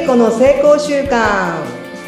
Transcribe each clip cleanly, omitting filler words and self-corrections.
子の成功習慣。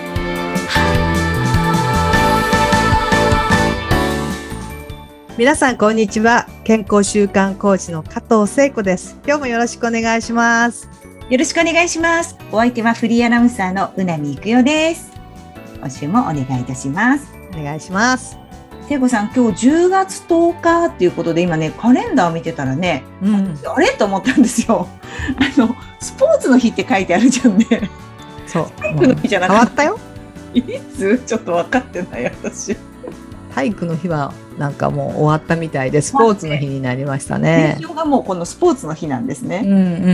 皆さんこんにちは。健康習慣コーチの加藤聖子です。今日もよろしくお願いします。 よろしくお願いします。お相手はフリーアナウンサーのうなみいくよです。今週もお願いいたします。 お願いします。 聖子さん、今日10月10日っていうことで今ね、カレンダー見てたらね、あれと思ったんですよ。スポーツの日って書いてあるじゃんね。 そう。 体育の日じゃなかった。 変わったよ。 いつちょっと分かってない私。 体育の日はなんかもう終わったみたいで、スポーツの日になりましたね。 名称がもうこのスポーツの日なんですね。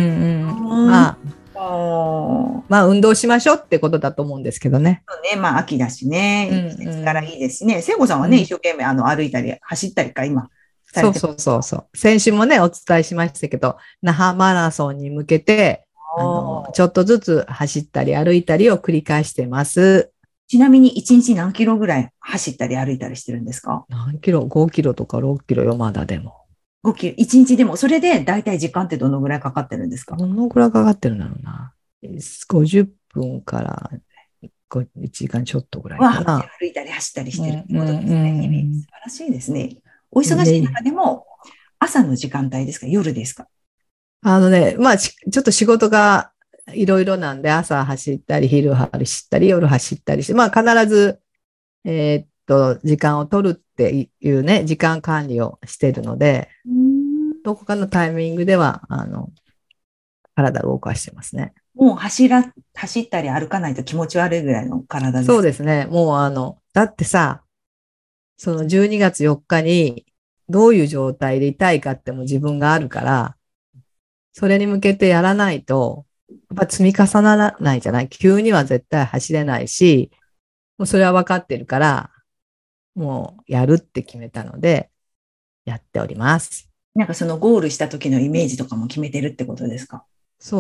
まあ運動しましょうってことだと思うんですけどね。 そうね、まあ秋だしね、季節からいいですね。聖子さんはね、一生懸命歩いたり走ったりか今。 そう。先週もねお伝えしましたけど、那覇マラソンに向けてちょっとずつ走ったり歩いたりを繰り返してます。 ちなみに1日何キロぐらい走ったり歩いたりしてるんですか？ 何キロ ?5 キロとか6キロよ、まだでも。 5キロ、1日でも、それでだいたい時間ってどのぐらいかかってるんですか？ どのぐらいかかってるんだろうな。50分から1時間ちょっとぐらいかな。 歩いたり走ったりしてるってことですね。日々。素晴らしいですね。お忙しい中でも、朝の時間帯ですか？夜ですか？ まあ、ちょっと仕事がいろいろなんで、朝走ったり、昼走ったり、夜走ったりして、まあ必ず、時間を取るっていうね、時間管理をしているので、どこかのタイミングでは、体を動かしてますね。 もう走ったり歩かないと気持ち悪いぐらいの体です。 そうですね。もうだってさ、その12月4日にどういう状態でいたいかっても自分があるから、それに向けてやらないと、やっぱ積み重ならないじゃない。急には絶対走れないし、もうそれは分かってるから、もうやるって決めたので、やっております。 なんかそのゴールした時のイメージとかも決めてるってことですか？ そう。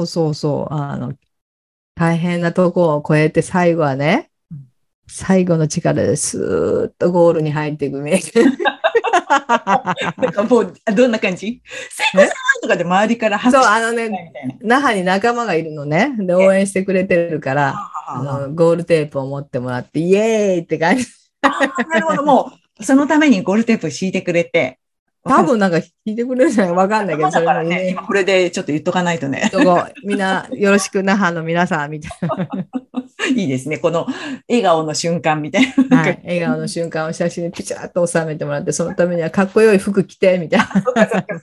大変なとこを越えて最後はね、最後の力でスーッとゴールに入っていくイメージ。 なんかもう、どんな感じ？聖子さんとかで周りからそう、那覇に仲間がいるのね。で、応援してくれてるから、ゴールテープを持ってもらって、イエーイって感じ。 なるほど、もう、そのためにゴールテープ敷いてくれて。 多分なんか弾いてくれるじゃないかわかんないけど、 それもね、今これでちょっと言っとかないとね。 みんな、よろしく那覇の皆さん、みたいな。 いいですね。この笑顔の瞬間みたいな。 はい。笑顔の瞬間を写真にピチャッと収めてもらって、そのためにはかっこよい服着て、みたいな。そ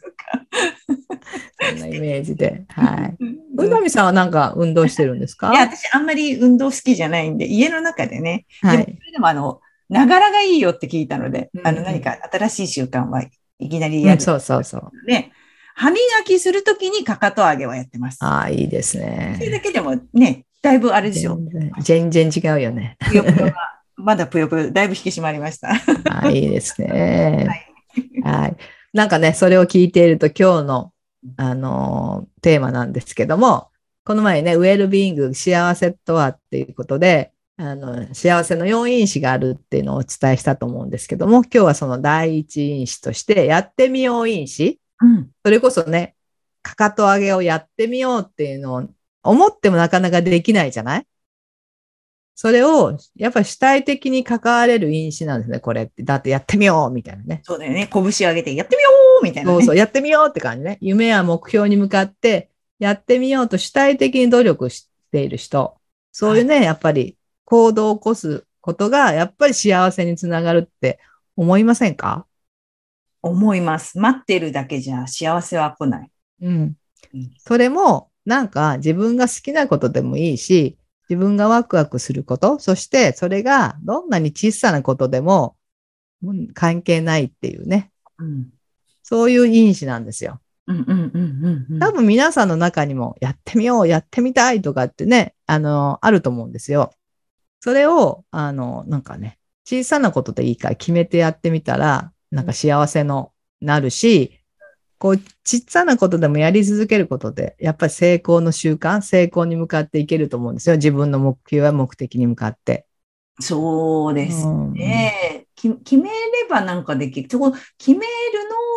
んなイメージで。はい。うなみさんはなんか運動してるんですか？ いや、私あんまり運動好きじゃないんで、家の中でね。 はい。 でもながらがいいよって聞いたので、何か新しい習慣はいきなりやる。 そう。 ね。歯磨きするときにかかと上げはやってます。 ああ、いいですね。 それだけでもね、だいぶあれですよ。 全然違うよね。 ぷよぷよが、まだぷよぷよ、だいぶ引き締まりました。 ああ、いいですね。はい。なんかね、それを聞いていると今日の、テーマなんですけども、この前ね、ウェルビーイング、幸せとはっていうことで、幸せの4因子があるっていうのをお伝えしたと思うんですけども、今日はその第一因子として、やってみよう因子、それこそね、かかと上げをやってみようっていうのを思ってもなかなかできないじゃない？それを、やっぱり主体的に関われる因子なんですね、これって。だってやってみようみたいなね。 そうだよね。拳上げてやってみようみたいなね。 そう、やってみようって感じね。夢や目標に向かってやってみようと主体的に努力している人。そういうね、やっぱり行動を起こすことが、やっぱり幸せにつながるって思いませんか？ 思います。待ってるだけじゃ幸せは来ない。 それも、なんか自分が好きなことでもいいし、自分がワクワクすること、そしてそれがどんなに小さなことでも関係ないっていうね。そういう因子なんですよ。多分皆さんの中にもやってみよう、やってみたいとかってね、あると思うんですよ。それを、なんかね、小さなことでいいから決めてやってみたら、なんか幸せのなるし、こう、ちっさなことでもやり続けることで、やっぱり成功の習慣、成功に向かっていけると思うんですよ。自分の目標や目的に向かって。 そうですね。決めればなんかできる。決めるのを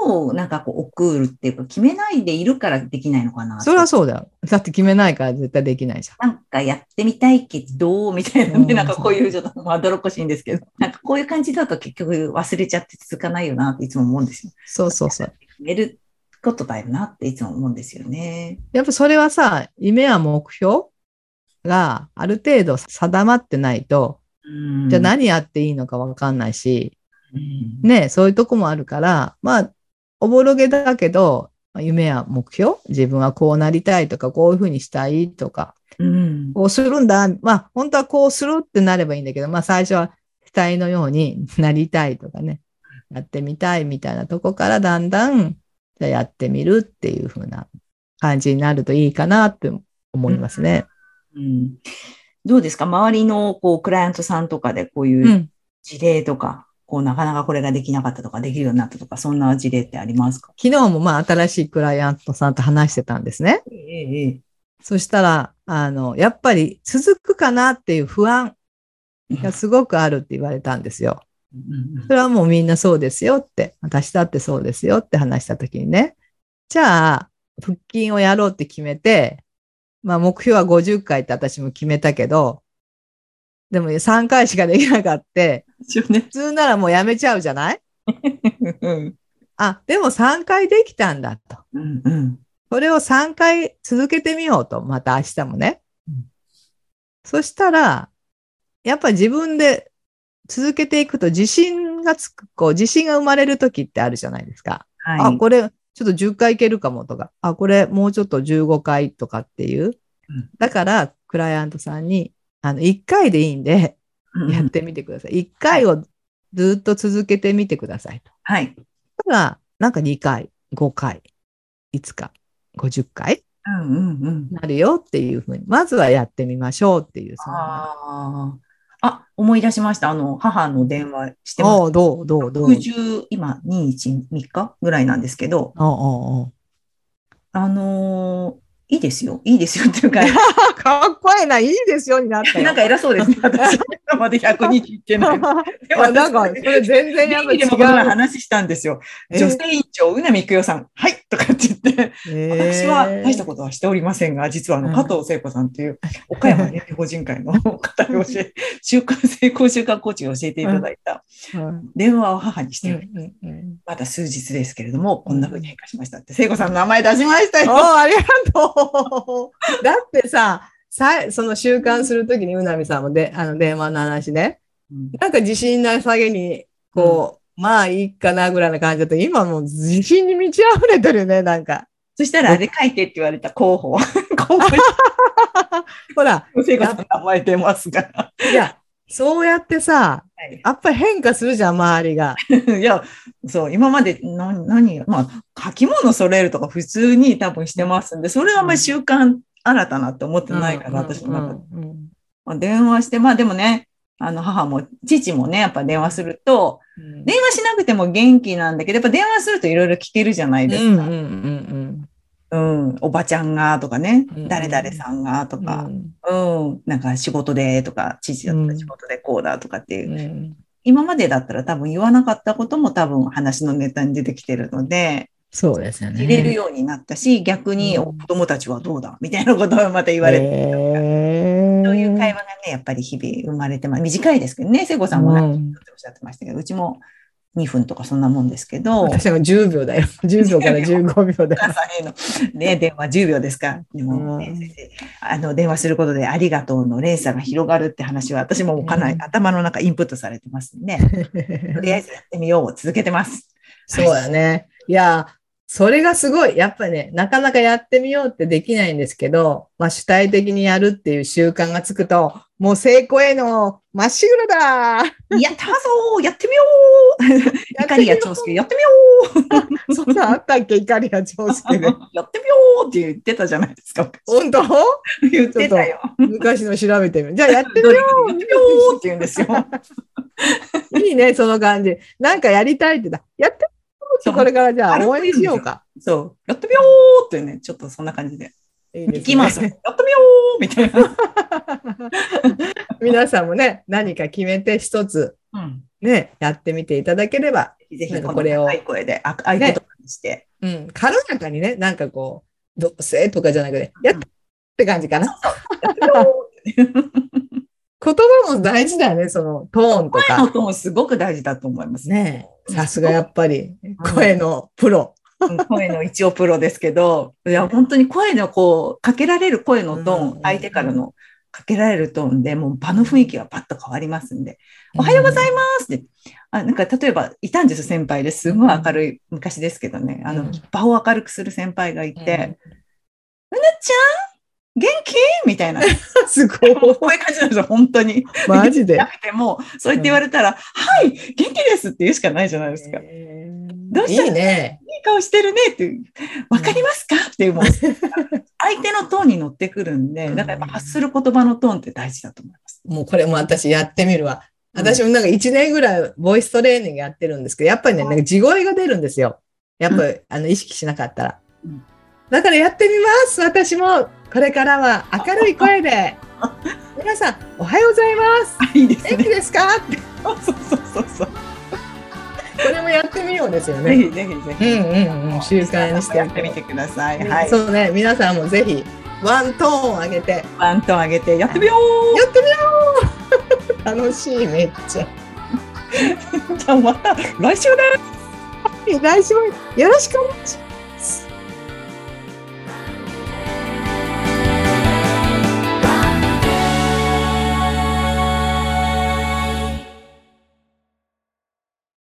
をなんかこう送るっていうか、決めないでいるからできないのかな。 そりゃそうだよ。だって決めないから絶対できないじなんかやってみたいけど、みたいなね、 うんなんかこういうちょっとまどろっこしいんですけど、なんかこういう感じだと結局忘れちゃって続かないよなっていつも思うんですよ。 そうそうそう。 決めることだよなっていつも思うんですよね。 やっぱそれはさ、夢や目標がある程度定まってないと、じゃあ何やっていいのかわかんないし、ね、そういうとこもあるから、まあ、おぼろげだけど、夢や目標、自分はこうなりたいとか、こういうふうにしたいとか、こうするんだ。まあ、本当はこうするってなればいいんだけど、まあ、最初は期待のようになりたいとかね、やってみたいみたいなとこからだんだん、じゃあやってみるっていう風な感じになるといいかなって思いますね。 どうですか？周りのこうクライアントさんとかでこういう事例とか、こうなかなかこれができなかったとかできるようになったとか、そんな事例ってありますか？ 昨日もまあ新しいクライアントさんと話してたんですね。そしたら、やっぱり続くかなっていう不安がすごくあるって言われたんですよ。それはもうみんなそうですよって、私だってそうですよって話したときにね、じゃあ、腹筋をやろうって決めて、まあ目標は50回って私も決めたけど、でも3回しかできなかった。普通ならもうやめちゃうじゃないあ、でも3回できたんだと。それを3回続けてみようと、また明日もね。そしたら、やっぱり自分で続けていくと自信がつく、自信が生まれる時ってあるじゃないですか。あ、これちょっと10回いけるかもとか、あ、これもうちょっと15回とかっていう。だから、クライアントさんに、1回でいいんで、やってみてください。1回をずっと続けてみてくださいと。 はい。 ただ、なんか2回、5回、5日、50回なるよっていうふうに、まずはやってみましょうっていう。 思い出しました。母の電話してます。 どう 60、今、2、1、3日ぐらいなんですけど、いいですよ。いいですよっていうか。 かっこいいな、いいですよになったよ。 なんか偉そうですね。私、今まで100日いってない。 でもなんか、それ全然やっぱ違う。 でもこの前話したんですよ。女性委員長、宇波育代さん、はいとかって言って、私は大したことはしておりませんが、実は加藤聖子さんっていう、岡山連邦法人会の方に成功習慣コーチを教えていただいた電話を母にしております。まだ数日ですけれども、こんな風に変化しましたって、聖子さんの名前出しましたよ。 ありがとう。だってさ、その習慣するときに、うなみさんも電話の話ね、なんか自信なさげに、まあいいかなぐらいな感じだと、今もう自信に満ち溢れてるね、なんか。 そしたらあれ書いてって言われた候補。 ほら、 聖子さんの名前出ますから。 いや、そうやってさ、やっぱり変化するじゃん、周りが。 いや、そう、今までまあ、書き物揃えるとか普通に多分してますんで、それはあんまり習慣新たなって思ってないから、私の中で。電話して、まあでもね、母も、父もね、やっぱ電話すると、電話しなくても元気なんだけど、やっぱ電話するといろいろ聞けるじゃないですか。おばちゃんがとかね、誰々さんがとか、なんか仕事でとか、父だったら仕事でこうだとかっていう。今までだったら多分言わなかったことも多分話のネタに出てきてるので、 そうですよね。 入れるようになったし、逆に子供たちはどうだみたいなことをまた言われて、そういう会話がね、やっぱり日々生まれてます。短いですけどね、聖子さんも何分っておっしゃってましたけど、うちも2分とかそんなもんですけど。 私は10秒だよ。10秒から15秒だよ。 お母さんへの、ね、電話10秒ですか。でも、ね、先生、電話することでありがとうの連鎖が広がるって話は、私もかなり頭の中インプットされてますね。とりあえずやってみようを続けてます。 そうだね。いや、それがすごい。やっぱね、なかなかやってみようってできないんですけど、まあ主体的にやるっていう習慣がつくと、もう成功へのまっしぐらだ。 やったぞー、やってみよう。イカリア長介、やってみよう。そんなあったっけ、イカリア長介で。 やってみようって言ってたじゃないですか。 本当？ 言ってたよ。 昔の調べてみる。じゃあやってみよう。 やってみようって言うんですよ。 いいね、その感じ。なんかやりたいって言った。やってみようってこれからじゃあ応援しようか。 そう。やってみようってね、ちょっとそんな感じで。 いきます。やってみようみたいな。 皆さんもね、何か決めて一つ、ね、やってみていただければ、 ぜひこれを、高い声で、合言葉にして。 うん、軽やかにね、なんかこう、どうせとかじゃなくて、やったって感じかな。言葉も大事だよね、そのトーンとか。 声のトーンすごく大事だと思います。 ねえ、さすがやっぱり、声のプロ。 声の一応プロですけど、いや、本当に声のこう、かけられる声のトーン、相手からのかけられるトーンで、もう場の雰囲気がパッと変わりますんで、おはようございますって、なんか例えば、いたんです先輩ですごい明るい、昔ですけどね、場を明るくする先輩がいて、うなちゃん元気みたいな。 すごい。 こういう感じなんですよ、本当に。 マジで。 なくても、そう言って言われたら、はい、元気ですって言うしかないじゃないですか。どうしたらいいね。いい顔してるねって、わかりますかっていう、もう、相手のトーンに乗ってくるんで、だからやっぱ発する言葉のトーンって大事だと思います。 もうこれも私やってみるわ。私もなんか1年ぐらいボイストレーニングやってるんですけど、やっぱりね、なんか地声が出るんですよ。やっぱり、意識しなかったら。だからやってみます。私もこれからは明るい声で。皆さん、おはようございます。 いいですね。 元気ですかって。 そう。 これもやってみようですよね。 ぜひ。 習慣にしてやってみてください。 はい。そうね、皆さんもぜひワントーン上げて。 ワントーン上げてやってみよう。 やってみよう。楽しい、めっちゃ。 じゃあまた来週です。 来週もよろしくお願いします。